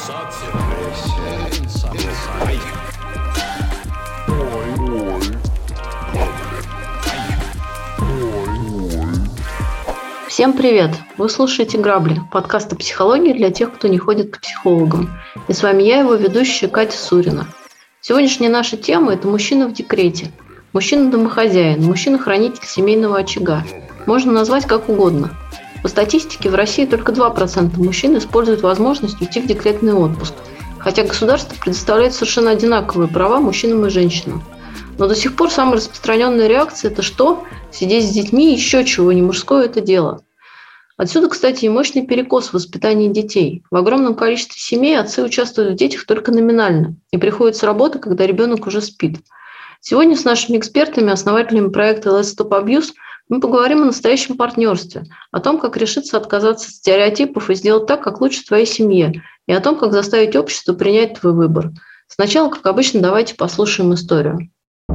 Всем привет! Вы слушаете «Грабли» – подкаст о психологии для тех, кто не ходит к психологам. И с вами я, его ведущая Катя Сурина. Сегодняшняя наша тема – это мужчина в декрете. Мужчина-домохозяин, мужчина-хранитель семейного очага. Можно назвать как угодно. По статистике в России только 2% мужчин используют возможность уйти в декретный отпуск, хотя государство предоставляет совершенно одинаковые права мужчинам и женщинам. Но до сих пор самая распространенная реакция – это что? Сидеть с детьми, еще чего, не мужское это дело. Отсюда, кстати, и мощный перекос в воспитании детей. В огромном количестве семей отцы участвуют в детях только номинально и приходят с работы, когда ребенок уже спит. Сегодня с нашими экспертами, основателями проекта Let's Stop Abuse, мы поговорим о настоящем партнерстве, о том, как решиться отказаться от стереотипов и сделать так, как лучше твоей семье, и о том, как заставить общество принять твой выбор. Сначала, как обычно, давайте послушаем историю.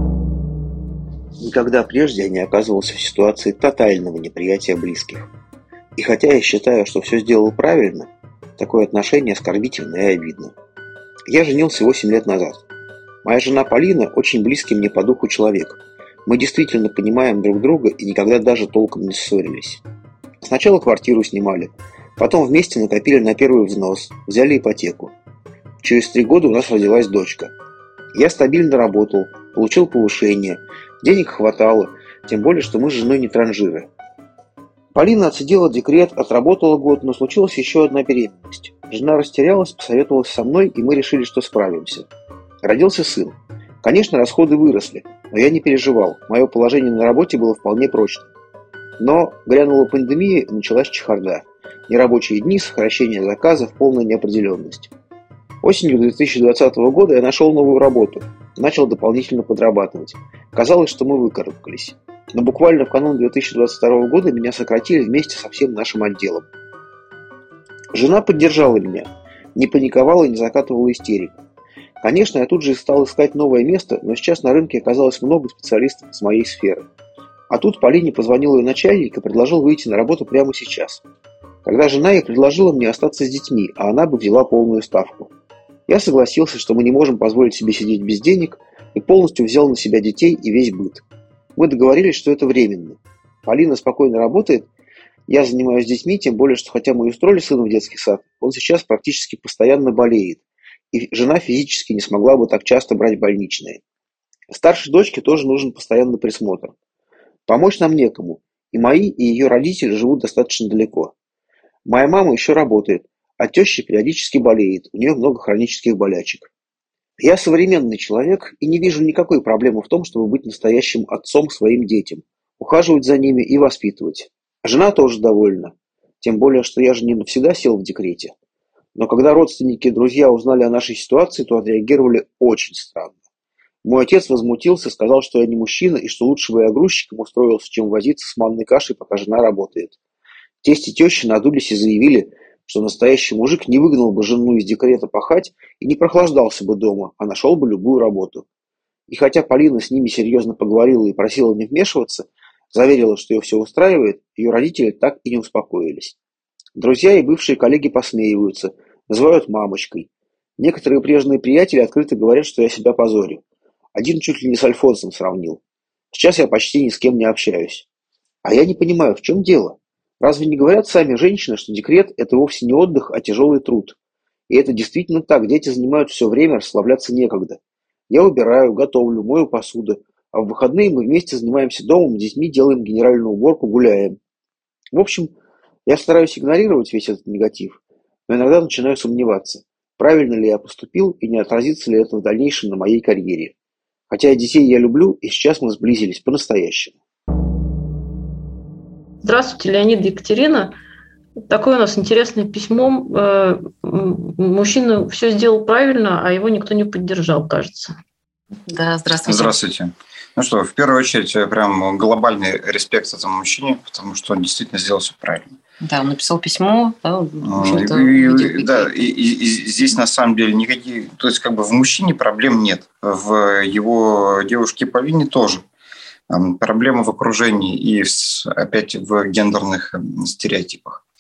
Никогда прежде я не оказывался в ситуации тотального неприятия близких. И хотя я считаю, что все сделал правильно, такое отношение оскорбительно и обидно. Я женился 8 лет назад. Моя жена Полина очень близкий мне по духу человек. Мы действительно понимаем друг друга и никогда даже толком не ссорились. Сначала квартиру снимали, потом вместе накопили на первый взнос, взяли ипотеку. Через 3 года у нас родилась дочка. Я стабильно работал, получил повышение, денег хватало, тем более, что мы с женой не транжиры. Полина отсидела декрет, отработала год, но случилась еще одна беременность. Жена растерялась, посоветовалась со мной, и мы решили, что справимся. Родился сын. Конечно, расходы выросли, но я не переживал, мое положение на работе было вполне прочным. Но грянула пандемия и началась чехарда. Нерабочие дни, сокращение заказов, полная неопределенность. Осенью 2020 года я нашел новую работу, начал дополнительно подрабатывать. Казалось, что мы выкарабкались. Но буквально в канун 2022 года меня сократили вместе со всем нашим отделом. Жена поддержала меня, не паниковала и не закатывала истерику. Конечно, я тут же стал искать новое место, но сейчас на рынке оказалось много специалистов из моей сферы. А тут Полине позвонил ее начальник и предложил выйти на работу прямо сейчас. Тогда жена ей предложила мне остаться с детьми, а она бы взяла полную ставку. Я согласился, что мы не можем позволить себе сидеть без денег, и полностью взял на себя детей и весь быт. Мы договорились, что это временно. Полина спокойно работает, я занимаюсь детьми, тем более, что хотя мы и устроили сына в детский сад, он сейчас практически постоянно болеет, и жена физически не смогла бы так часто брать больничные. Старшей дочке тоже нужен постоянный присмотр. Помочь нам некому, и мои, и ее родители живут достаточно далеко. Моя мама еще работает, а теща периодически болеет, у нее много хронических болячек. Я современный человек и не вижу никакой проблемы в том, чтобы быть настоящим отцом своим детям, ухаживать за ними и воспитывать. Жена тоже довольна, тем более, что я же не навсегда сел в декрете. Но когда родственники и друзья узнали о нашей ситуации, то отреагировали очень странно. Мой отец возмутился, сказал, что я не мужчина и что лучше бы я грузчиком устроился, чем возиться с манной кашей, пока жена работает. Тесть и теща надулись и заявили, что настоящий мужик не выгнал бы жену из декрета пахать и не прохлаждался бы дома, а нашел бы любую работу. И хотя Полина с ними серьезно поговорила и просила не вмешиваться, заверила, что ее все устраивает, ее родители так и не успокоились. Друзья и бывшие коллеги посмеиваются, называют мамочкой. Некоторые прежние приятели открыто говорят, что я себя позорю. Один чуть ли не с Альфонсом сравнил. Сейчас я почти ни с кем не общаюсь. А я не понимаю, в чем дело? Разве не говорят сами женщины, что декрет – это вовсе не отдых, а тяжелый труд? И это действительно так, дети занимают все время, расслабляться некогда. Я убираю, готовлю, мою посуду, а в выходные мы вместе занимаемся домом, с детьми делаем генеральную уборку, гуляем. В общем, я стараюсь игнорировать весь этот негатив, но иногда начинаю сомневаться, правильно ли я поступил и не отразится ли это в дальнейшем на моей карьере. Хотя детей я люблю, и сейчас мы сблизились по-настоящему. Здравствуйте, Леонид и Екатерина. Такое у нас интересное письмо. Мужчина все сделал правильно, а его никто не поддержал, кажется. Да, здравствуйте. Здравствуйте. Ну что, в первую очередь, прям глобальный респект этому мужчине, потому что он действительно сделал все правильно. Да, он написал письмо. Да, и здесь на самом деле никаких... То есть как бы в мужчине проблем нет. В его девушке Полине тоже. Проблема в окружении и опять в гендерных стереотипах.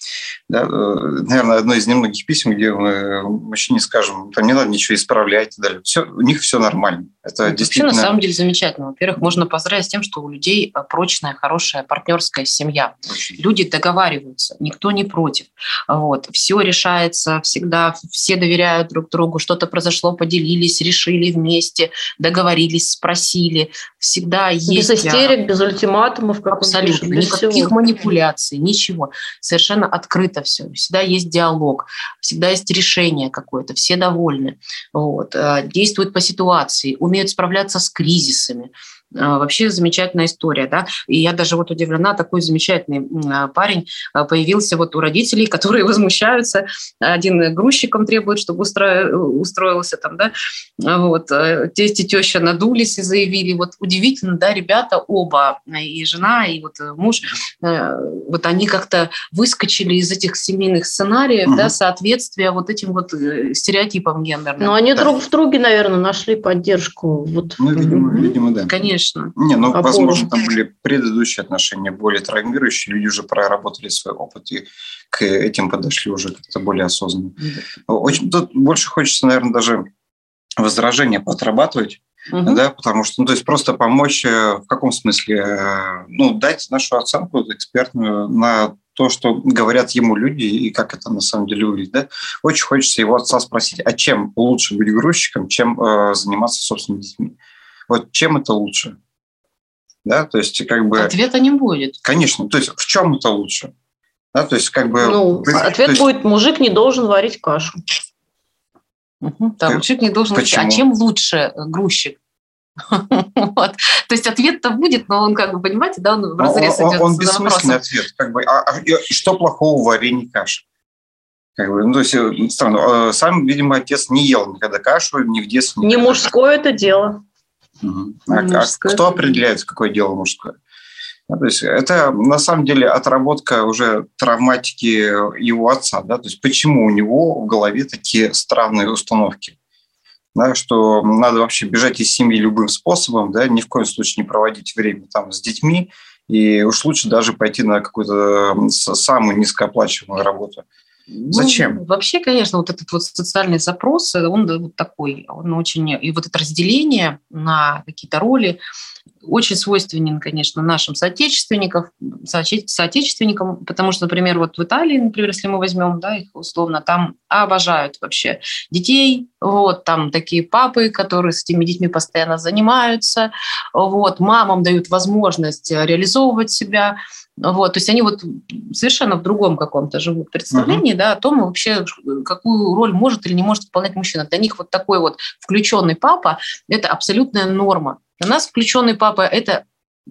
Да? Наверное, одно из немногих писем, где мы мужчине скажем, там не надо ничего исправлять и так далее. Все, у них все нормально. Это действительно... Вообще, на самом деле, замечательно. Во-первых, можно поздравить с тем, что у людей прочная, хорошая партнерская семья. Люди договариваются, никто не против. Вот. Все решается всегда, все доверяют друг другу, что-то произошло, поделились, решили вместе, договорились, спросили. Всегда есть... Без истерик, без ультиматумов, как абсолютно. без Никаких всего. Манипуляций, ничего. Совершенно открыто все. Всегда есть диалог, всегда есть решение какое-то, все довольны. Вот. Действуют по ситуации, умеют справляться с кризисами. Вообще замечательная история, да. И я даже вот удивлена, такой замечательный парень появился вот у родителей, которые возмущаются. Один грузчиком требует, чтобы устроился там, да. Вот. Тесть и теща надулись и заявили. Вот удивительно, да, ребята оба, и жена, и вот муж, вот они как-то выскочили из этих семейных сценариев, да, соответствия вот этим вот стереотипам гендерным. Но они друг в друге, наверное, нашли поддержку. Вот. Ну, видимо, да. Конечно. Не, ну, возможно, там были предыдущие отношения более травмирующие, люди уже проработали свой опыт и к этим подошли уже как-то более осознанно. Очень, тут больше хочется, наверное, даже возражения поотрабатывать, да, потому что, ну, то есть просто помочь в каком смысле, ну, дать нашу оценку экспертную на то, что говорят ему люди и как это на самом деле выглядит. Да? Очень хочется его отца спросить, а чем лучше быть грузчиком, чем заниматься собственными детьми? Вот чем это лучше? Да, то есть как бы... Ответа не будет. Конечно, то есть в чем это лучше? Да, то есть как бы... Ну, ответ есть... будет, мужик не должен варить кашу. Да, мужик не должен... Почему? А чем лучше грузчик? Вот. То есть ответ-то будет, но он, как бы, понимаете, да, он в разрез идет. Он бессмысленный ответ. Как бы, что плохого в варенье каши? Как бы, ну, то есть, странно. Сам, видимо, отец не ел никогда кашу, ни в детстве. Не мужское это дело. Кто определяет, какое дело мужское? То есть это на самом деле отработка уже травматики его отца. Да? То есть почему у него в голове такие странные установки? Да, что надо вообще бежать из семьи любым способом, да, ни в коем случае не проводить время там с детьми, и уж лучше даже пойти на какую-то самую низкооплачиваемую работу. Зачем? Ну, вообще, конечно, вот этот вот социальный запрос, он вот такой, он очень... И вот это разделение на какие-то роли очень свойственен, конечно, нашим соотечественникам, потому что, например, вот в Италии, например, если мы возьмем, да, их условно, там обожают вообще детей, вот, там такие папы, которые с этими детьми постоянно занимаются, вот, мамам дают возможность реализовывать себя, вот, то есть они вот совершенно в другом каком-то живут представлении, да, о том вообще, какую роль может или не может выполнять мужчина. Для них вот такой вот включенный папа – это абсолютная норма. Для нас включенный папа – это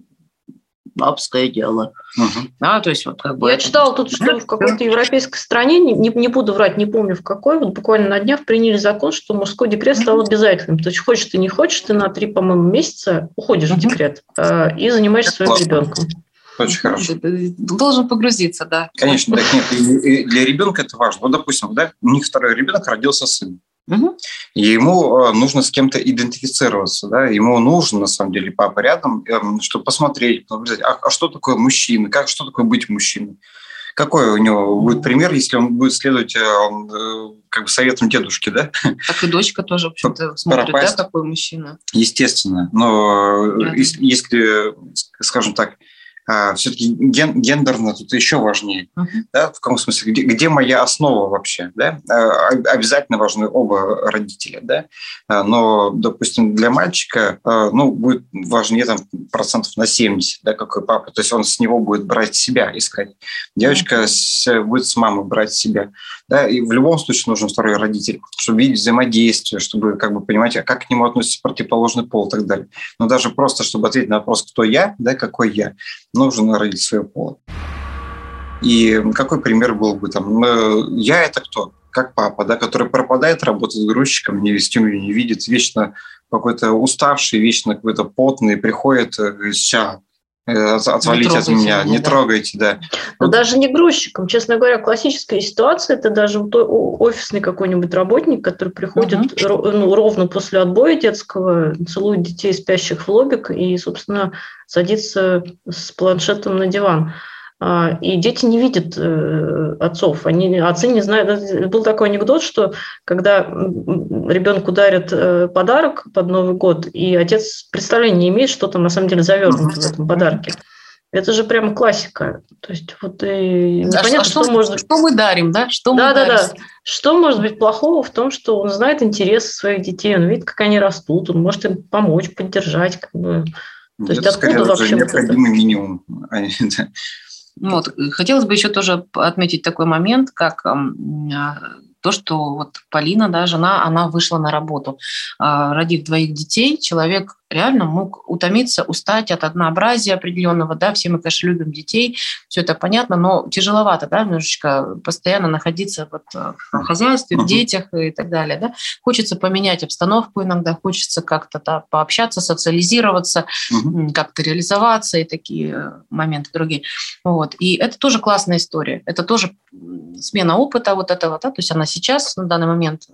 бабское дело. Да, то есть вот как бы... Я читала тут, что в какой-то европейской стране, не буду врать, не помню в какой, вот буквально на днях приняли закон, что мужской декрет стал обязательным. То есть хочешь ты, не хочешь, ты на 3, по-моему, месяца уходишь в декрет и занимаешься своим ребенком. Очень хорошо. Должен погрузиться, да. Конечно, так нет. И для ребенка это важно. Вот, допустим, да, у них второй ребенок, родился сын. И ему нужно с кем-то идентифицироваться, да, ему нужен, на самом деле, папа рядом, чтобы посмотреть, а что такое мужчина, что такое быть мужчиной. Какой у него будет пример, если он будет следовать как бы советам дедушки, да? Так и дочка тоже, в общем-то, смотрит, да, какой мужчина. Естественно, но если, скажем так, все-таки гендерно тут еще важнее. Да? В каком смысле? Где моя основа вообще? Да? Обязательно важны оба родителя. Да? Но, допустим, для мальчика будет важнее там, 70%, да, какой папа. То есть он с него будет брать себя, искать. Девочка будет с мамой брать себя. Да? И в любом случае нужен второй родитель, чтобы видеть взаимодействие, чтобы как бы, понимать, как к нему относится противоположный пол и так далее. Но даже просто, чтобы ответить на вопрос, кто я, да, какой я, нужно родить свое поле. И какой пример был бы там? Я – это кто? Как папа, да, который пропадает, работает грузчиком, ни семью не видит, вечно какой-то уставший, вечно какой-то потный, приходит, говорит, ща, отвалите от меня, не трогайте, да. Но даже не грузчиком. Честно говоря, классическая ситуация – это даже офисный какой-нибудь работник, который приходит ровно после отбоя детского, целует детей, спящих в лобик, и, собственно, садится с планшетом на диван. и дети не видят отцов. Отцы не знают. Был такой анекдот, что когда ребенку дарят подарок под Новый год, и отец представления не имеет, что там на самом деле завернуто в этом подарке. Это же прямо классика. То есть непонятно, что мы дарим, да? Да. Что может быть плохого в том, что он знает интересы своих детей, он видит, как они растут, он может им помочь, поддержать. То есть откуда вообще необходимый минимум. Хотелось бы еще тоже отметить такой момент, как то, что вот Полина, да, жена, она вышла на работу. Родив 2 детей, человек реально мог утомиться, устать от однообразия определенного. Да? Все мы, конечно, любим детей, все это понятно, но тяжеловато, да, немножечко постоянно находиться в хозяйстве, в детях и так далее. Да? Хочется поменять обстановку иногда, хочется как-то пообщаться, социализироваться, как-то реализоваться и такие моменты другие. И это тоже классная история. Это тоже смена опыта вот этого. Да? То есть она сейчас, на данный момент,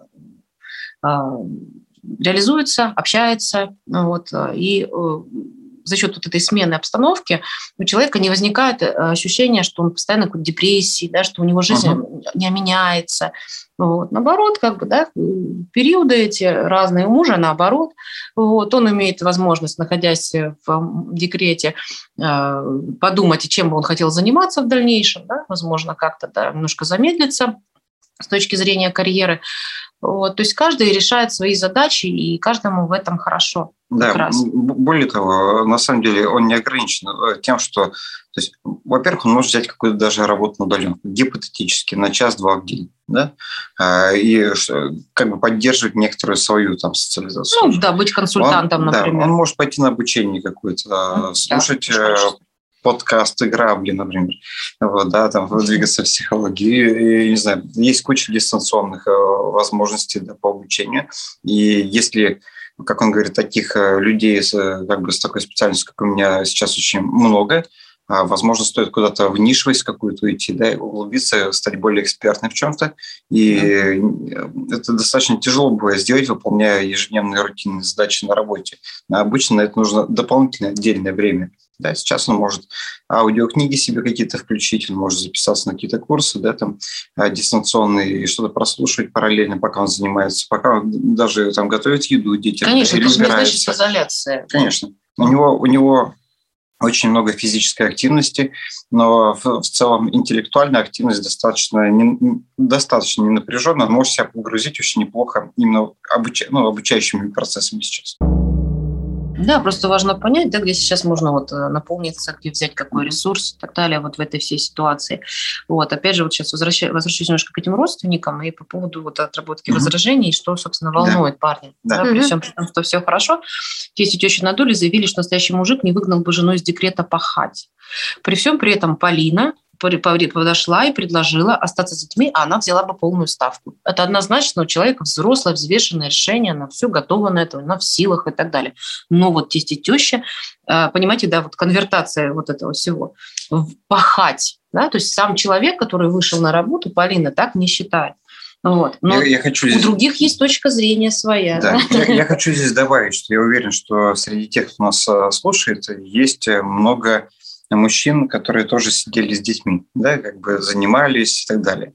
реализуется, общается, и за счет вот этой смены обстановки у человека не возникает ощущения, что он постоянно в какой-то депрессии, да, что у него жизнь не меняется. Наоборот, периоды эти разные у мужа, наоборот. Он имеет возможность, находясь в декрете, подумать, чем бы он хотел заниматься в дальнейшем, да, возможно, как-то немножко замедлиться с точки зрения карьеры. То есть каждый решает свои задачи, и каждому в этом хорошо. Да, более того, на самом деле он не ограничен тем, что, то есть, во-первых, он может взять какую-то даже работу на удаленку, гипотетически, на час-два в день, да, и поддерживать некоторую свою социализацию. Быть консультантом, например. Он может пойти на обучение какое-то, слушать подкасты «Грабли», например, двигаться в психологии. И, не знаю, есть куча дистанционных возможностей по обучению. И если, как он говорит, таких людей с такой специальностью, как у меня сейчас, очень много, возможно, стоит куда-то в нишевость какую-то уйти, да, углубиться, стать более экспертным в чем-то. И это достаточно тяжело бывает сделать, выполняя ежедневные рутинные задачи на работе. Обычно на это нужно дополнительное отдельное время. Да, сейчас он может аудиокниги себе какие-то включить, он может записаться на какие-то курсы, да, дистанционные, и что-то прослушивать параллельно, пока он занимается, пока он даже готовит еду детям. Конечно, это же не значит изоляция. Конечно. У него очень много физической активности, но в целом интеллектуальная активность достаточно не напряженная, он может себя погрузить очень неплохо именно обучающими процессами сейчас. Да, просто важно понять, где сейчас можно наполниться, где взять какой ресурс и так далее в этой всей ситуации. Опять же, сейчас возвращаюсь немножко к этим родственникам и по поводу отработки возражений, что, собственно, волнует парня. Да. При всем при том, что все хорошо, тесть и теща надули, заявили, что настоящий мужик не выгнал бы жену из декрета пахать. При всем при этом Полина подошла и предложила остаться с детьми, а она взяла бы полную ставку. Это однозначно у человека взрослое, взвешенное решение, она все готова на это, она в силах и так далее. Но тесть и теща, понимаете, конвертация этого всего, пахать, да, то есть сам человек, который вышел на работу, Полина так не считает. Но у других есть точка зрения своя. Да, я хочу здесь добавить, что я уверен, что среди тех, кто нас слушает, есть много мужчин, которые тоже сидели с детьми, да, занимались и так далее.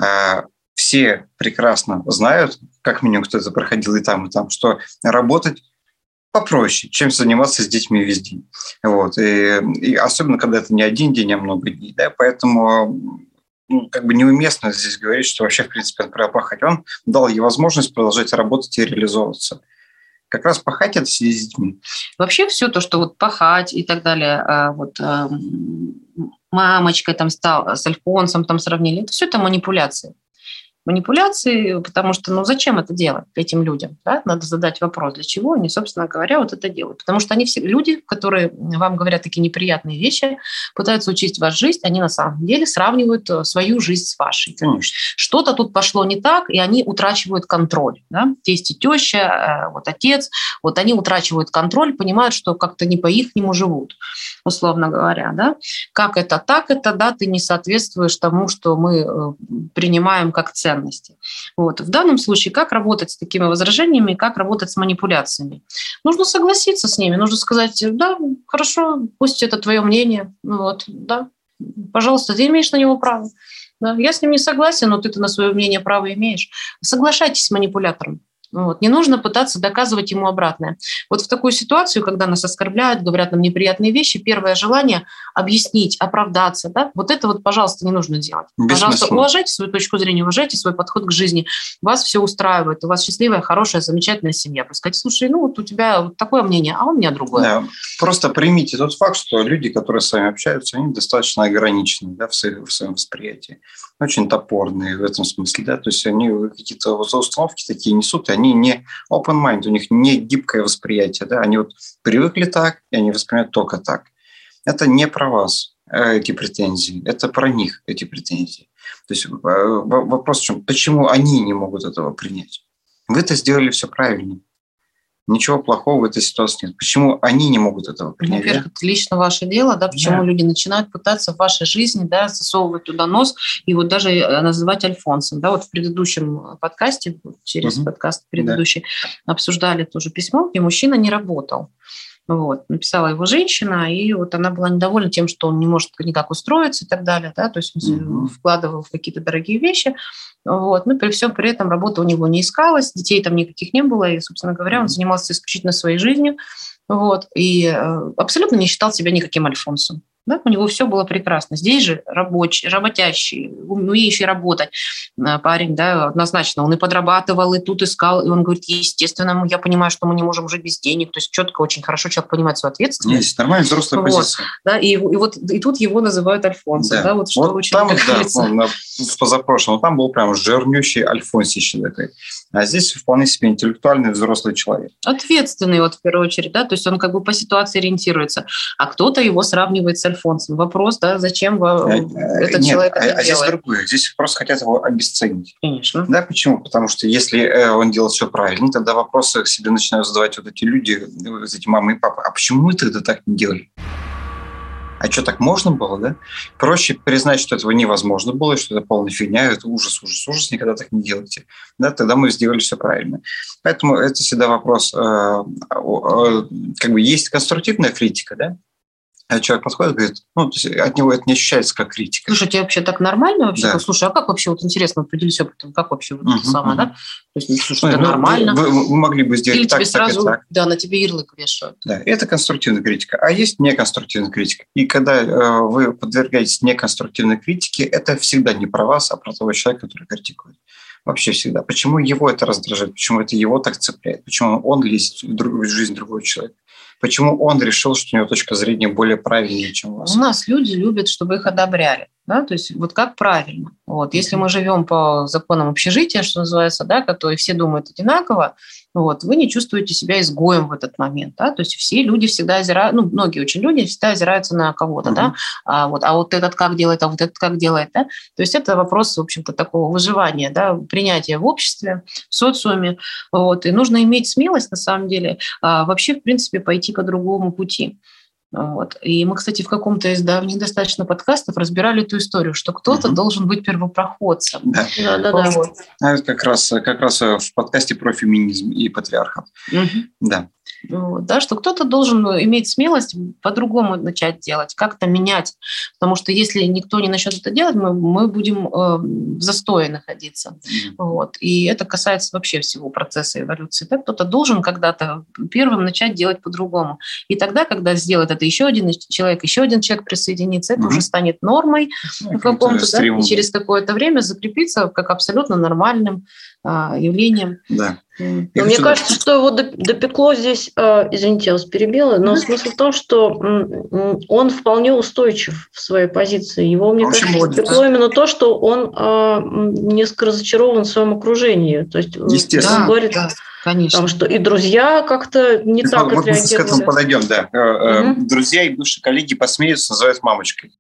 Все прекрасно знают, как минимум кто-то проходил и там, что работать попроще, чем заниматься с детьми весь день. И особенно, когда это не один день, а много дней. Да, поэтому неуместно здесь говорить, что вообще, в принципе, он пахать. Он дал ей возможность продолжать работать и реализовываться. Как раз пахать – это сидеть с детьми. Вообще все то, что пахать и так далее, мамочкой с альфонсом сравнили, это все это манипуляции. Манипуляции, потому что, зачем это делать этим людям? Да? Надо задать вопрос, для чего они, собственно говоря, это делают. Потому что они все люди, которые вам говорят такие неприятные вещи, пытаются учесть вашу жизнь, они на самом деле сравнивают свою жизнь с вашей. Конечно. Что-то тут пошло не так, и они утрачивают контроль. Да? Тесть и теща, отец, они утрачивают контроль, понимают, что как-то не по-ихнему живут, условно говоря. Да? Как это так, да, ты не соответствуешь тому, что мы принимаем как ценность. В данном случае, как работать с такими возражениями, как работать с манипуляциями? Нужно согласиться с ними, нужно сказать, да, хорошо, пусть это твое мнение, да. Пожалуйста, ты имеешь на него право. Да? Я с ним не согласен, но ты-то на свое мнение право имеешь. Соглашайтесь с манипулятором. Вот. Не нужно пытаться доказывать ему обратное. Вот в такую ситуацию, когда нас оскорбляют, говорят нам неприятные вещи, первое желание объяснить, оправдаться. Да? Вот это вот, пожалуйста, не нужно делать. Пожалуйста, уважайте свою точку зрения, уважайте свой подход к жизни. Вас все устраивает, у вас счастливая, хорошая, замечательная семья. Просто сказать, слушай, ну вот у тебя вот такое мнение, а у меня другое. Да. Просто примите тот факт, что люди, которые с вами общаются, они достаточно ограничены, да, в своем восприятии. Очень топорные в этом смысле. Да? То есть они какие-то установки такие несут, и они не open mind, у них не гибкое восприятие. Да? Они вот привыкли так, и они воспринимают только так. Это не про вас, эти претензии, это про них, эти претензии. То есть вопрос в чем? Почему они не могут этого принять? Вы-то сделали все правильно. Ничего плохого в этой ситуации нет. Почему они не могут этого принять? Во-первых, это лично ваше дело, да, почему люди начинают пытаться в вашей жизни, да, засовывать туда нос и вот даже называть альфонсом. Да, вот в предыдущем подкасте, через подкаст предыдущий, обсуждали тоже письмо, где мужчина не работал. Вот. Написала его женщина, и вот она была недовольна тем, что он не может никак устроиться и так далее, да, то есть он вкладывал в какие-то дорогие вещи, вот. Но при всем при этом работа у него не искалась, детей там никаких не было, и, собственно говоря, он занимался исключительно своей жизнью, вот, и абсолютно не считал себя никаким альфонсом. Да, у него все было прекрасно. Здесь же работящий, умеющий работать парень, да, однозначно. Он и подрабатывал, и тут искал, и он говорит, естественно, я понимаю, что мы не можем жить без денег. То есть четко, очень хорошо человек понимает свою ответственность. Есть нормальная взрослая позиция. Да, и тут его называют альфонсом. Да. Да, вот что вот очень там, в позапрошлом, там был прям жирнющий альфонсище такой. А здесь вполне себе интеллектуальный взрослый человек. Ответственный, вот в первую очередь, да, то есть он как бы по ситуации ориентируется. А кто-то его сравнивает с альфонсом. Вопрос, да, зачем этот человек это делает? Здесь другое. Здесь просто хотят его обесценить. Конечно. Да, почему? Потому что если он делает все правильно, тогда вопросы к себе начинают задавать вот эти люди, вот эти мамы и папы. А почему мы тогда так не делали? А что, так можно было, да? Проще признать, что этого невозможно было, что это полная фигня, это ужас, никогда так не делайте. Да, тогда мы сделали все правильно. Поэтому это всегда вопрос, как бы есть конструктивная критика, да? А человек подходит и говорит, ну, то есть от него это не ощущается как критика. Слушай, тебе вообще так нормально вообще? Да. Слушай, а как вообще, вот интересно, поделись опытом, как вообще вот это самое, да? То есть, слушай, это нормально. Вы могли бы сделать или так, тебе сразу, так. Да, на тебе ярлык вешают. Да, это конструктивная критика. А есть неконструктивная критика. И когда вы подвергаетесь неконструктивной критике, это всегда не про вас, а про того человека, который критикует. Вообще всегда. Почему его это раздражает? Почему это его так цепляет? Почему он лезет в жизнь другого человека? Почему он решил, что у него точка зрения более правильнее, чем у вас? У нас люди любят, чтобы их одобряли. Да? То есть вот как правильно. Вот. Если мы живем по законам общежития, что называется, да, которые все думают одинаково, вот, вы не чувствуете себя изгоем в этот момент. Да? То есть все люди всегда озираются, ну, многие очень люди всегда озираются на кого-то. Да? А вот этот как делает, а вот этот как делает. Да? То есть это вопрос, в общем-то, такого выживания, да, принятия в обществе, в социуме. Вот. И нужно иметь смелость, на самом деле, вообще, в принципе, пойти по другому пути. Вот. И мы, кстати, в каком-то из давних достаточно подкастов разбирали эту историю, что кто-то должен быть первопроходцем. Да. Вот. Это как раз в подкасте про феминизм и патриархат. Да. Вот, да, что кто-то должен иметь смелость по-другому начать делать, как-то менять. Потому что если никто не начнет это делать, мы будем в застое находиться. Вот. И это касается вообще всего процесса эволюции. Да? Кто-то должен когда-то первым начать делать по-другому. И тогда, когда сделает это еще один человек присоединится, это уже станет нормой в каком-то, да, и через какое-то время закрепится как абсолютно нормальным явлением. Да. Но мне кажется, что его допекло здесь, извините, я вас перебила, но смысл в том, что он вполне устойчив в своей позиции. Его, мне кажется, допекло именно то, что он несколько разочарован в своем окружении. То есть он говорит, конечно. Там, что и друзья как-то не так отреагировали. Мы к этому подойдем, да. Друзья и бывшие коллеги посмеются, называют мамочкой.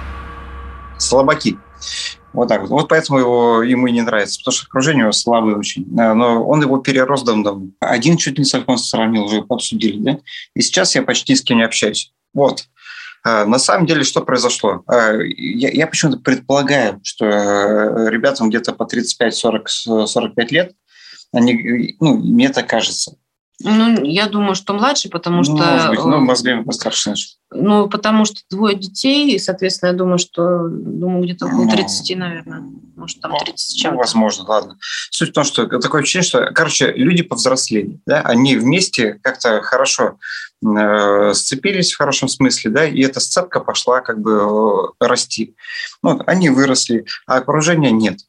Слабаки. Вот так вот. Вот поэтому ему и не нравится, потому что окружение его слабое очень. Но он его перерос давно. Один чуть не с Альфонсом сравнил, уже обсудили, да? И сейчас я почти ни с кем не общаюсь. Вот. На самом деле, что произошло? Я почему-то предполагаю, что ребятам где-то по 35-45 лет, они, мне так кажется, Ну, я думаю, что младший, потому что... Может быть, мозгами постарше. Ну, потому что 2 детей, и, соответственно, я думаю, что где-то около 30, наверное. Может, там 30 с чем-то. Возможно, ладно. Суть в том, что такое ощущение, что, люди повзрослели, да, они вместе как-то хорошо сцепились в хорошем смысле, да, и эта сцепка пошла как бы расти. Они выросли, а окружения нет.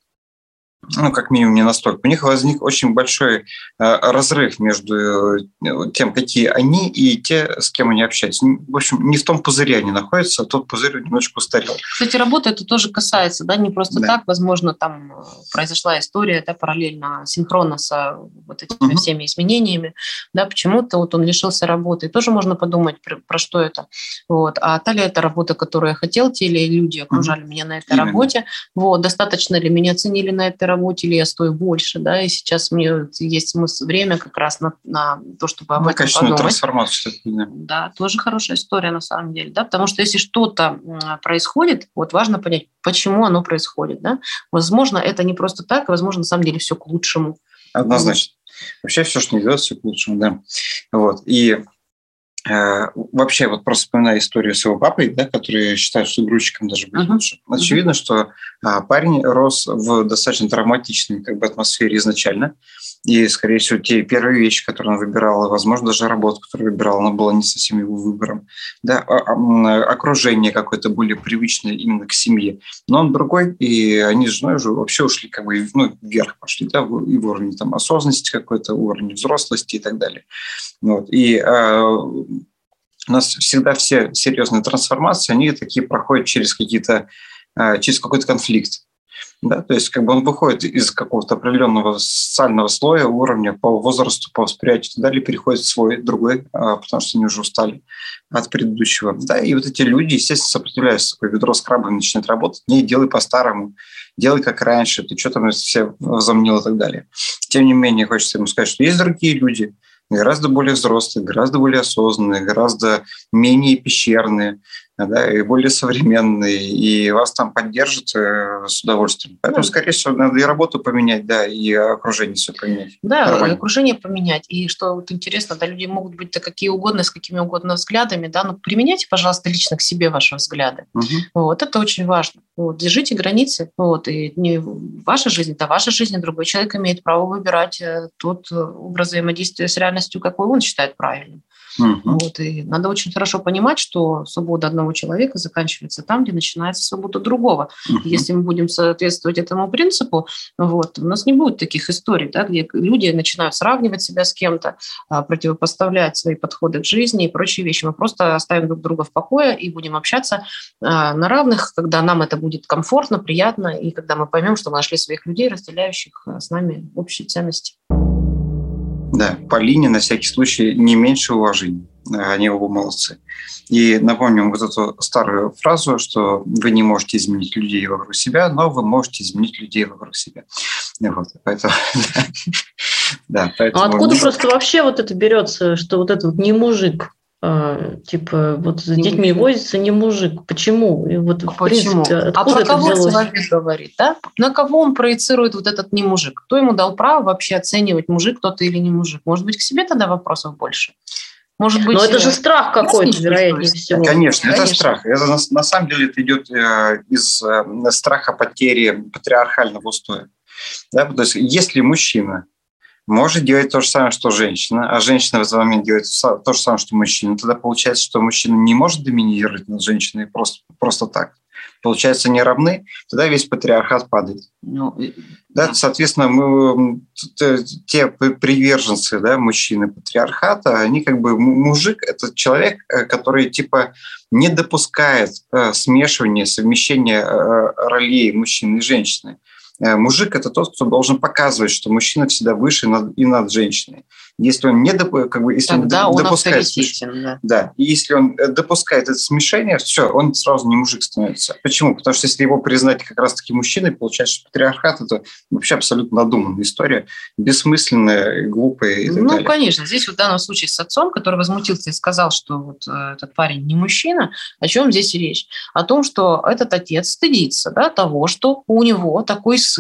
Как минимум не настолько. У них возник очень большой разрыв между тем, какие они, и те, с кем они общаются. В общем, не в том пузыре они находятся, а тот пузырь немножечко устарел. Кстати, работа это тоже касается, да, не просто так. Возможно, там произошла история, да, параллельно, синхронно с вот этими всеми изменениями, да, почему-то вот он лишился работы. И тоже можно подумать, про что это. Вот. А та ли это работа, которую я хотел, те ли люди окружали меня на этой работе, вот, достаточно ли меня ценили на этой работе, или я стою больше, да, и сейчас мне есть время как раз на то, чтобы об этом качественную подумать. Трансформацию. Да, тоже хорошая история на самом деле, да, потому что если что-то происходит, вот важно понять, почему оно происходит, да. Возможно, это не просто так, и, возможно, на самом деле все к лучшему. Однозначно. Вообще все, что не делается, все к лучшему, да. Вот. И вообще, вот просто вспоминаю историю с его папой, да, который считает, что грузчиком даже быть лучше. Очевидно, что парень рос в достаточно травматичной как бы атмосфере изначально, и, скорее всего, те первые вещи, которые он выбирал, возможно, даже работу, которую выбирал, она была не совсем его выбором. Да, окружение какое-то более привычное именно к семье. Но он другой, и они с женой уже вообще ушли как бы вверх пошли, да, и в уровне там осознанности какой-то, уровне взрослости и так далее. Вот. И у нас всегда все серьезные трансформации, они такие проходят через какой-то конфликт. Да? То есть как бы он выходит из какого-то определенного социального слоя, уровня по возрасту, по восприятию и так далее, переходит в свой другой, потому что они уже устали от предыдущего. Да? И вот эти люди, естественно, сопротивляются. Такое ведро с крабами начинает работать. Не, делай по-старому, делай как раньше, ты что там все возомнил и так далее. Тем не менее, хочется ему сказать, что есть другие люди, гораздо более взрослые, гораздо более осознанные, гораздо менее пещерные, да, и более современные, и вас там поддержат с удовольствием. Поэтому, скорее всего, надо и работу поменять, да, и окружение все поменять. Да, нормально. И окружение поменять. И что вот интересно, да, люди могут быть какие угодно, с какими угодно взглядами, да, но применяйте, пожалуйста, лично к себе ваши взгляды. Вот, это очень важно. Вот, держите границы, вот, и не ваша жизнь, это ваша жизнь, другой человек имеет право выбирать тот образ взаимодействия с реальностью, какой он считает правильным. Вот, и надо очень хорошо понимать, что свобода одного человека заканчивается там, где начинается свобода другого. Если мы будем соответствовать этому принципу, вот, у нас не будет таких историй, да, где люди начинают сравнивать себя с кем-то, противопоставлять свои подходы к жизни и прочие вещи. Мы просто оставим друг друга в покое и будем общаться на равных, когда нам это будет комфортно, приятно, и когда мы поймем, что мы нашли своих людей, разделяющих с нами общие ценности. Да, Полине на всякий случай не меньше уважения. Они оба молодцы. И напомним вот эту старую фразу, что вы не можете изменить людей вокруг себя, но вы можете изменить людей вокруг себя. Вот, поэтому, да, поэтому... А откуда просто вообще вот это берется, что вот это вот не мужик? Типа вот с детьми возится не мужик. Почему? И вот, в принципе, откуда про кого это взялось? человек говорит, да? На кого он проецирует вот этот не мужик? Кто ему дал право вообще оценивать, мужик кто-то или не мужик? Может быть, к себе тогда вопросов больше? Может быть, но это же страх какой-то, вероятнее всего. Конечно, это страх. Это, на самом деле это идет из страха потери патриархального устоя. Да? То есть если мужчина может делать то же самое, что женщина, а женщина в этот момент делает то же самое, что мужчина, тогда получается, что мужчина не может доминировать над женщиной просто так. Получается, не равны, тогда весь патриархат падает. Да, соответственно, те приверженцы, да, мужчины патриархата, они как бы мужик – это человек, который типа не допускает смешивания, совмещения ролей мужчины и женщины. Мужик – это тот, кто должен показывать, что мужчина всегда выше и над женщиной. Если он не допускает смешение, да, и если он допускает это смешение, все, он сразу не мужик становится. Почему? Потому что если его признать как раз-таки мужчиной, получается, что патриархат – это вообще абсолютно надуманная история, бессмысленная, глупая и так далее. Ну, конечно. Здесь в данном случае с отцом, который возмутился и сказал, что вот этот парень не мужчина, о чем здесь речь? О том, что этот отец стыдится, да, того, что у него такой сын.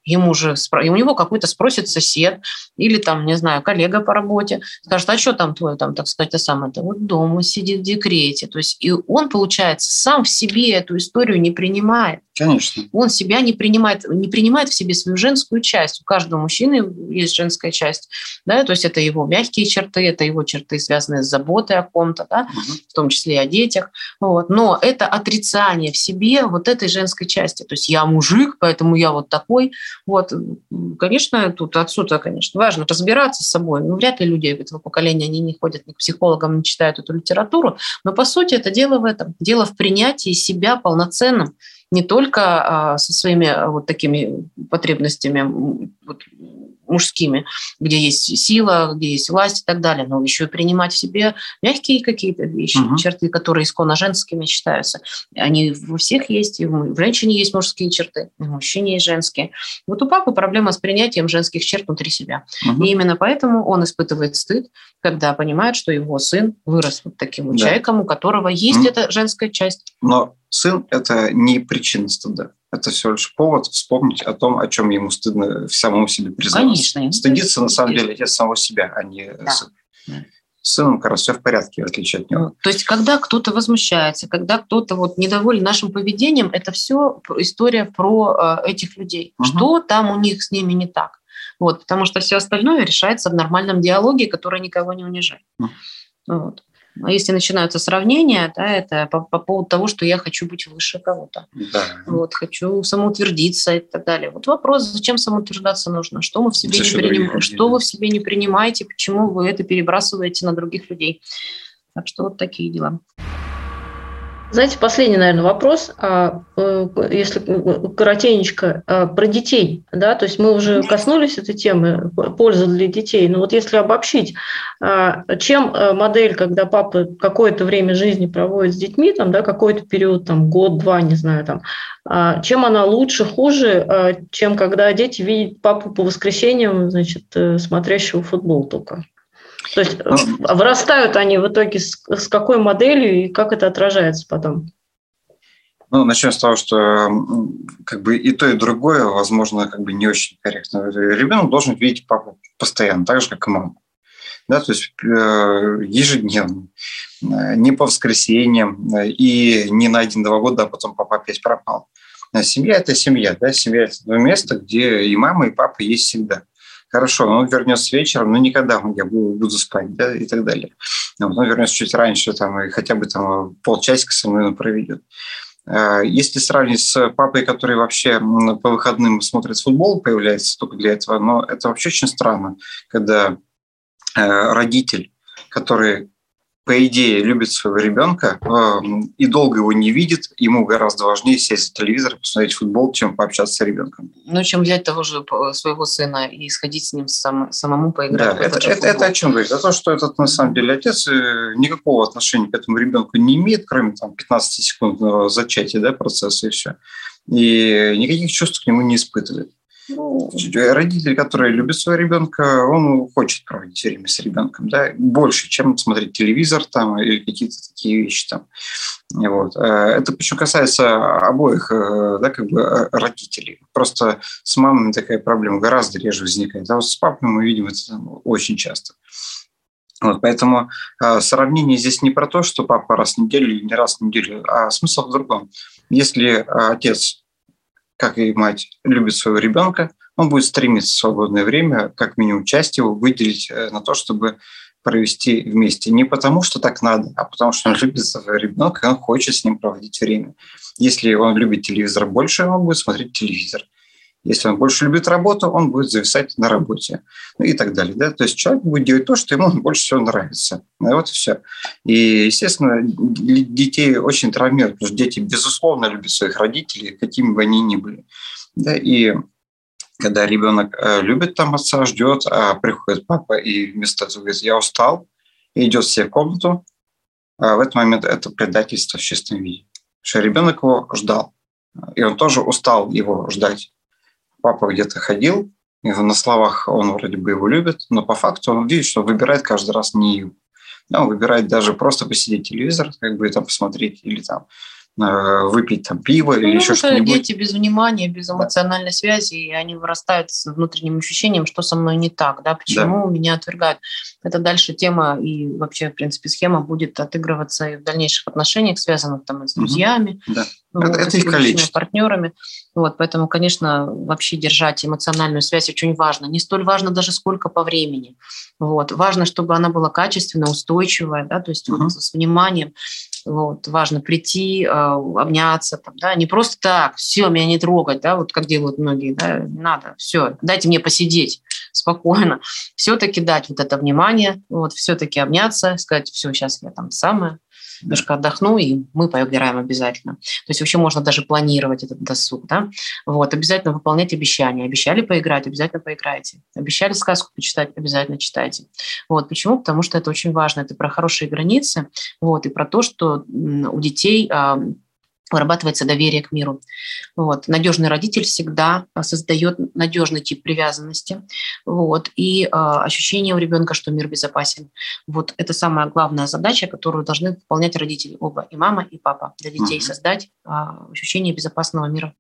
ему же, и у него какой-то спросит сосед или там, не знаю, коллега по работе, скажет, а что там твой, там, так сказать, это вот дома сидит в декрете. То есть и он, получается, сам в себе эту историю не принимает. Конечно. Он себя не принимает в себе свою женскую часть. У каждого мужчины есть женская часть, да, то есть это его мягкие черты, это его черты, связанные с заботой о ком-то, да, в том числе и о детях. Вот. Но это отрицание в себе вот этой женской части. То есть я мужик, поэтому я вот такой. Вот. Конечно, тут отсюда, конечно, важно разбираться с собой. Ну, вряд ли люди этого поколения, они не ходят ни к психологам, не читают эту литературу. Но, по сути, это дело в этом. Дело в принятии себя полноценным, не только со своими вот такими потребностями вот, мужскими, где есть сила, где есть власть и так далее, но еще и принимать в себе мягкие какие-то вещи, черты, которые исконно женскими считаются. Они во всех есть, и в женщине есть мужские черты, и в мужчине есть женские. Вот у папы проблема с принятием женских черт внутри себя. И именно поэтому он испытывает стыд, когда понимает, что его сын вырос вот таким вот человеком, у которого есть эта женская часть. Но сын – это не причина стыда. Это всего лишь повод вспомнить о том, о чем ему стыдно самому себе признаться. Конечно. Стыдиться, на самом деле, отец самого себя, а не сын. С сыном, как раз, все в порядке, в отличие от него. То есть, когда кто-то возмущается, когда кто-то вот недоволен нашим поведением, это все история про этих людей. Что там у них с ними не так? Вот, потому что все остальное решается в нормальном диалоге, который никого не унижает. Вот. А если начинаются сравнения, да, это по поводу того, что я хочу быть выше кого-то. Да. Вот, хочу самоутвердиться и так далее. Вот вопрос, зачем самоутверждаться нужно? Что мы в себе что вы в себе не принимаете, почему вы это перебрасываете на других людей? Так что вот такие дела. Знаете, последний, наверное, вопрос, если коротенечко, про детей, да, то есть мы уже коснулись этой темы, польза для детей, но вот если обобщить, чем модель, когда папа какое-то время жизни проводит с детьми, там, да, какой-то период, там, год-два, не знаю, там, чем она лучше, хуже, чем когда дети видят папу по воскресеньям, значит, смотрящего футбол только? То есть вырастают они в итоге с какой моделью и как это отражается потом? Ну, начнем с того, что как бы и то, и другое, возможно, как бы не очень корректно. Ребенок должен видеть папу постоянно, так же, как и маму. Да, то есть ежедневно, не по воскресеньям и не на 1-2 года, а потом папа опять пропал. Семья – это семья, да? Семья – это то место, где и мама, и папа есть всегда. Хорошо, он вернется вечером, но никогда я буду спать, да, и так далее. Он вернется чуть раньше, там, и хотя бы там полчасика со мной проведет. Если сравнить с папой, который вообще по выходным смотрит футбол, появляется только для этого, но это вообще очень странно, когда родитель, который, по идее, любит своего ребенка и долго его не видит, ему гораздо важнее сесть за телевизор и посмотреть футбол, чем пообщаться с ребенком. Ну, чем взять того же своего сына и сходить с ним самому поиграть. Да, это о чем говорит? О том, что этот, на самом деле, отец никакого отношения к этому ребенку не имеет, кроме там, 15-секундного зачатия, да, процесса и все. И никаких чувств к нему не испытывает. Родитель, который любит своего ребенка, он хочет проводить время с ребенком, да, больше, чем смотреть телевизор там, или какие-то такие вещи там. Вот. Это причем касается обоих, да, как бы родителей. Просто с мамами такая проблема гораздо реже возникает. А вот с папой мы видим это очень часто. Вот, поэтому сравнение здесь не про то, что папа раз в неделю или не раз в неделю, а смысл в другом. Если отец, как и мать, любит своего ребенка, он будет стремиться в свободное время, как минимум часть его, выделить на то, чтобы провести вместе. Не потому, что так надо, а потому, что он любит своего ребенка, и он хочет с ним проводить время. Если он любит телевизор больше, он будет смотреть телевизор. Если он больше любит работу, он будет зависать на работе, ну и так далее. Да? То есть человек будет делать то, что ему больше всего нравится. Вот и все. И, естественно, детей очень травмируют, потому что дети, безусловно, любят своих родителей, какими бы они ни были. Да? И когда ребенок любит там отца, ждет, а приходит папа и вместо этого говорит: «Я устал», и идет в себе в комнату, а в этот момент это предательство в чистом виде. Потому что ребенок его ждал, и он тоже устал его ждать. Папа где-то ходил, и на словах он вроде бы его любит, но по факту он видит, что выбирает каждый раз не его. Он выбирает даже просто посидеть телевизор, как бы там посмотреть, или там выпить там пиво или еще что-нибудь. Дети без внимания, без эмоциональной связи, и они вырастают с внутренним ощущением, что со мной не так, да, почему меня отвергают. Это дальше тема и вообще, в принципе, схема будет отыгрываться и в дальнейших отношениях, связанных там и с друзьями, это их количество. Партнерами. Поэтому, конечно, вообще держать эмоциональную связь очень важно. Не столь важно даже сколько по времени. Важно, чтобы она была качественная, устойчивая, да, то есть с вниманием. Важно прийти, обняться, там, да, не просто так, все, меня не трогать, да, как делают многие, да, не надо, все, дайте мне посидеть спокойно, все-таки дать это внимание, все-таки обняться, сказать, все, сейчас я там самое, немножко отдохну, и мы поиграем обязательно. То есть вообще можно даже планировать этот досуг, да, обязательно выполнять обещания. Обещали поиграть, обязательно поиграйте. Обещали сказку почитать, обязательно читайте. Почему? Потому что это очень важно. Это про хорошие границы, и про то, что у детей вырабатывается доверие к миру. Надежный родитель всегда создает надежный тип привязанности, и ощущение у ребенка, что мир безопасен. Это самая главная задача, которую должны выполнять родители оба, и мама, и папа, для детей создать ощущение безопасного мира.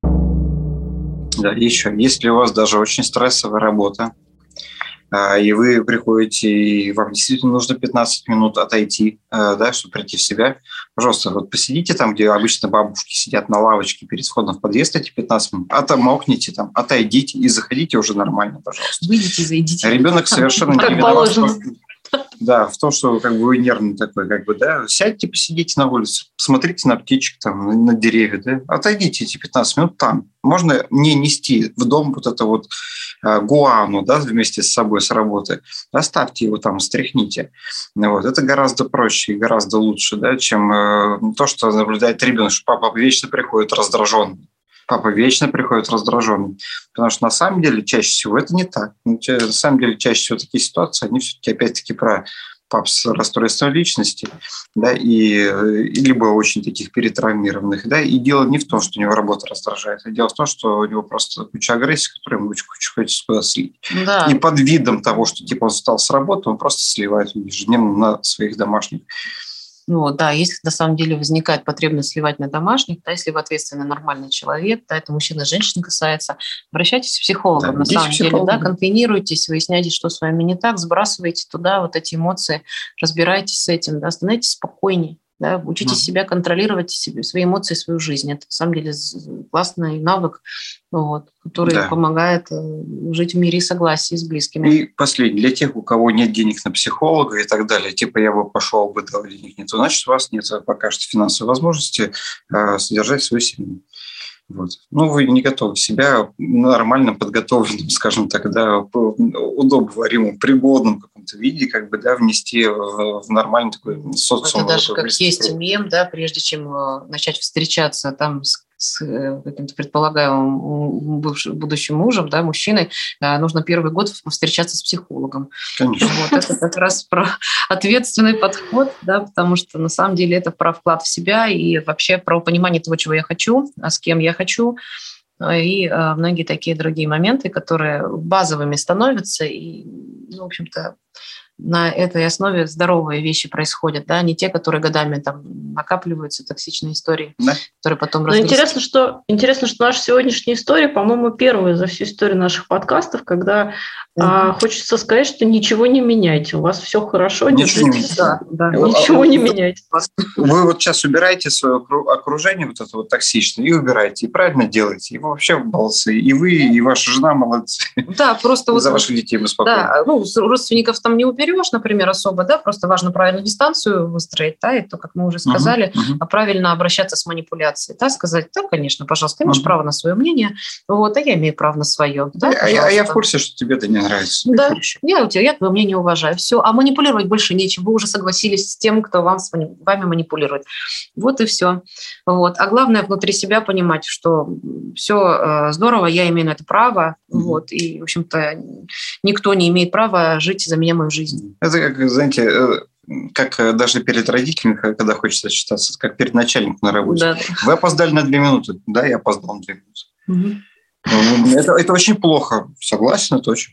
Да, еще, если у вас даже очень стрессовая работа, и вы приходите, и вам действительно нужно 15 минут отойти, да, чтобы прийти в себя, пожалуйста, посидите там, где обычно бабушки сидят на лавочке перед входом в подъезд эти 15 минут, отмокните там, отойдите и заходите уже нормально, пожалуйста. Выйдите, зайдите. Ребенок совершенно не виноват. Да, в том, что вы нервный такой, сядьте, посидите на улице, посмотрите на птичек, там, на деревья, да, отойдите эти 15 минут там. Можно не нести в дом гуану, да, вместе с собой с работы. Оставьте его там, стряхните. Это гораздо проще и гораздо лучше, да, чем то, что наблюдает ребенок, что папа вечно приходит раздраженный. Потому что на самом деле чаще всего это не так. На самом деле чаще всего такие ситуации, они все-таки опять-таки про пап с расстройством личности, да, и либо очень таких перетравмированных, да, и дело не в том, что у него работа раздражает, а дело в том, что у него просто куча агрессии, которую ему хочется куда слить. Да. И под видом того, что он встал с работы, он просто сливает ежедневно на своих домашних. Если на самом деле возникает потребность сливать на домашних, да, если вы ответственный нормальный человек, да, это мужчина и женщин касается, обращайтесь к психологам, да, на самом деле, да, контейнируйтесь, выясняйте, что с вами не так, сбрасывайте туда эти эмоции, разбирайтесь с этим, да, становитесь спокойнее. Да, учитесь себя контролировать, свои эмоции, свою жизнь. Это, на самом деле, классный навык, который помогает жить в мире и согласии с близкими. И последний. Для тех, у кого нет денег на психолога и так далее, я бы пошел бы, да, денег нет, значит, у вас нет пока что финансовой возможности содержать свою семью. Вы не готовы себя нормально подготовленным, скажем так, да, удобоваримым, пригодным каком-то виде, внести в нормальный такой социум. Это даже как есть мем, да, прежде чем начать встречаться там с каким-то предполагаемым будущим мужем, да, мужчиной, нужно первый год встречаться с психологом. Конечно. Это как раз про ответственный подход, да, потому что на самом деле это про вклад в себя и вообще про понимание того, чего я хочу, с кем я хочу, и многие такие другие моменты, которые базовыми становятся, и, в общем-то, на этой основе здоровые вещи происходят, да, не те, которые годами там накапливаются, токсичные истории, да, которые потом интересно, что наша сегодняшняя история, по-моему, первая за всю историю наших подкастов, когда хочется сказать, что ничего не меняйте, у вас все хорошо, держитесь, ничего не меняйте. Вы сейчас убираете свое окружение это токсичное и убираете, и правильно делаете, и вы вообще молодцы, и вы, и ваша жена молодцы. Да, просто за ваших детей мы спокойны. Да, родственников там не уберешь, например, особо, да, просто важно правильно дистанцию выстроить, да, и то, как мы уже сказали, правильно обращаться с манипуляцией, да, сказать, да, конечно, пожалуйста, ты имеешь право на свое мнение, а я имею право на свое. Да, я в курсе, что тебе это не нравится. Да, я твое мнение уважаю, все, а манипулировать больше нечем, вы уже согласились с тем, кто вами манипулирует. И все. А главное внутри себя понимать, что все здорово, я имею на это право, и, в общем-то, никто не имеет права жить за меня мою жизнь. Это, как, знаете, как даже перед родителями, когда хочется отчитаться, как перед начальником на работе. Да. Вы опоздали на 2 минуты. Да, я опоздал на 2 минуты. Это очень плохо. Согласен, это очень плохо.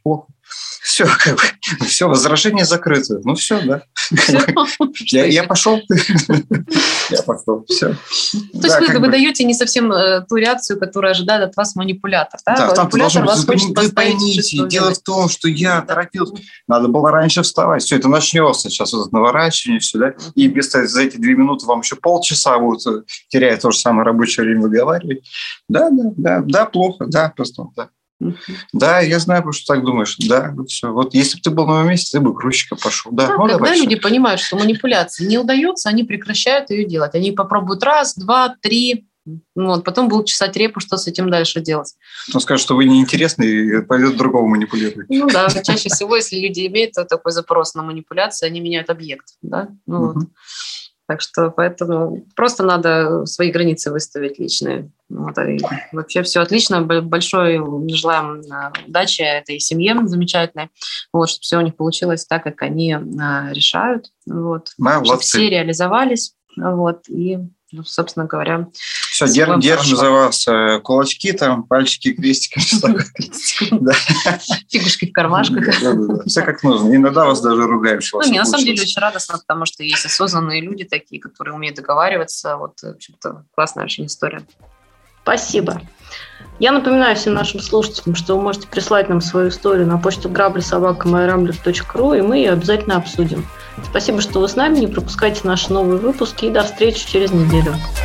Все, все, возражение закрыто. Ну, все, да. Я пошел. Я пошел, все. То есть вы даете не совсем ту реакцию, которую ожидает от вас манипулятор. Да, там вы поймите, дело в том, что я торопился. Надо было раньше вставать. Все, это начнется сейчас, вот наворачивание, все, да. И за эти 2 минуты вам еще полчаса будут терять то же самое рабочее время выговаривать. Да, плохо, да, просто, да. Да, я знаю, потому что так думаешь. Да, вот все. Вот если бы ты был на моем месте, ты бы грузчика пошел. Да, когда люди понимают, что манипуляция не удается, они прекращают ее делать. Они попробуют 1, 2, 3, потом будут чесать репу, что с этим дальше делать. Он скажет, что вы неинтересны, и пойдет другого манипулировать. Ну да, чаще всего, если люди имеют такой запрос на манипуляцию, они меняют объект. Да? Вот. Так что поэтому просто надо свои границы выставить личные. Вот, и вообще все отлично. Большое желаем удачи этой семье замечательной, вот, чтобы все у них получилось так, как они решают. Вот, чтобы все реализовались. Вот, и, собственно говоря... Все, держим за вас кулачки, там, пальчики крестиком. Фигушки в кармашках. Все как нужно. Иногда вас даже ругаем. На самом деле очень радостно, потому что есть осознанные люди такие, которые умеют договариваться. Вот, в общем-то, классная очень история. Спасибо. Я напоминаю всем нашим слушателям, что вы можете прислать нам свою историю на почту grabli@myramblер.ru, и мы ее обязательно обсудим. Спасибо, что вы с нами. Не пропускайте наши новые выпуски, и до встречи через неделю.